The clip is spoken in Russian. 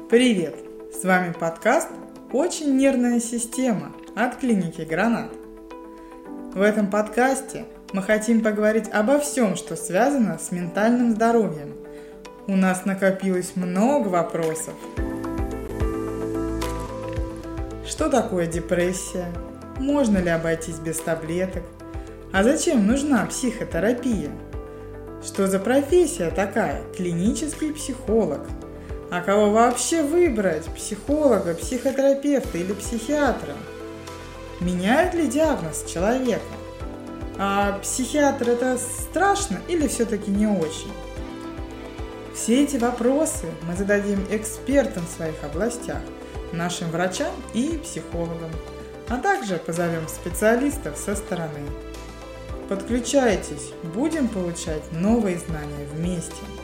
Привет! С вами подкаст «Очень нервная система» от клиники «Гранат». В этом подкасте мы хотим поговорить обо всем, что связано с ментальным здоровьем. У нас накопилось много вопросов. Что такое депрессия? Можно ли обойтись без таблеток? А зачем нужна психотерапия? Что за профессия такая? Клинический психолог. А кого вообще выбрать? Психолога, психотерапевта или психиатра? Меняют ли диагноз человека? А психиатр это страшно или все-таки не очень? Все эти вопросы мы зададим экспертам в своих областях, нашим врачам и психологам, а также позовем специалистов со стороны. Подключайтесь, будем получать новые знания вместе.